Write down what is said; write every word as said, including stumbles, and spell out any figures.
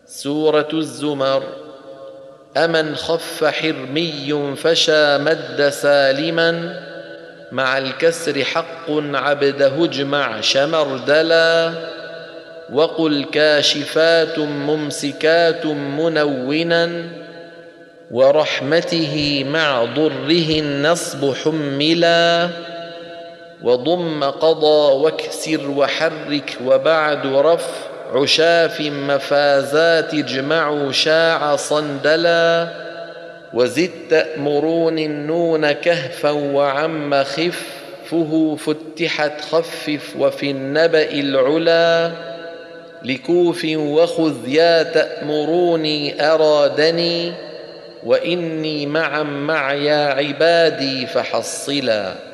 سورة الزمر. أمن خف حرمي فشى مد سالما، مع الكسر حق عبده اجمع شمردلا. وقل كاشفات ممسكات منونا، ورحمته مع ضره النصب حملا. وضم قضى واكسر وحرك وبعد رفع عشاف مفازات اجمعوا شاع صندلا. وزد تأمرون النون كهفا وعم خفه فتحت خفف وفي النبأ العلا. لكوف وخذ يا تأمروني أرادني، وإني معا مع يا عبادي فحصلا.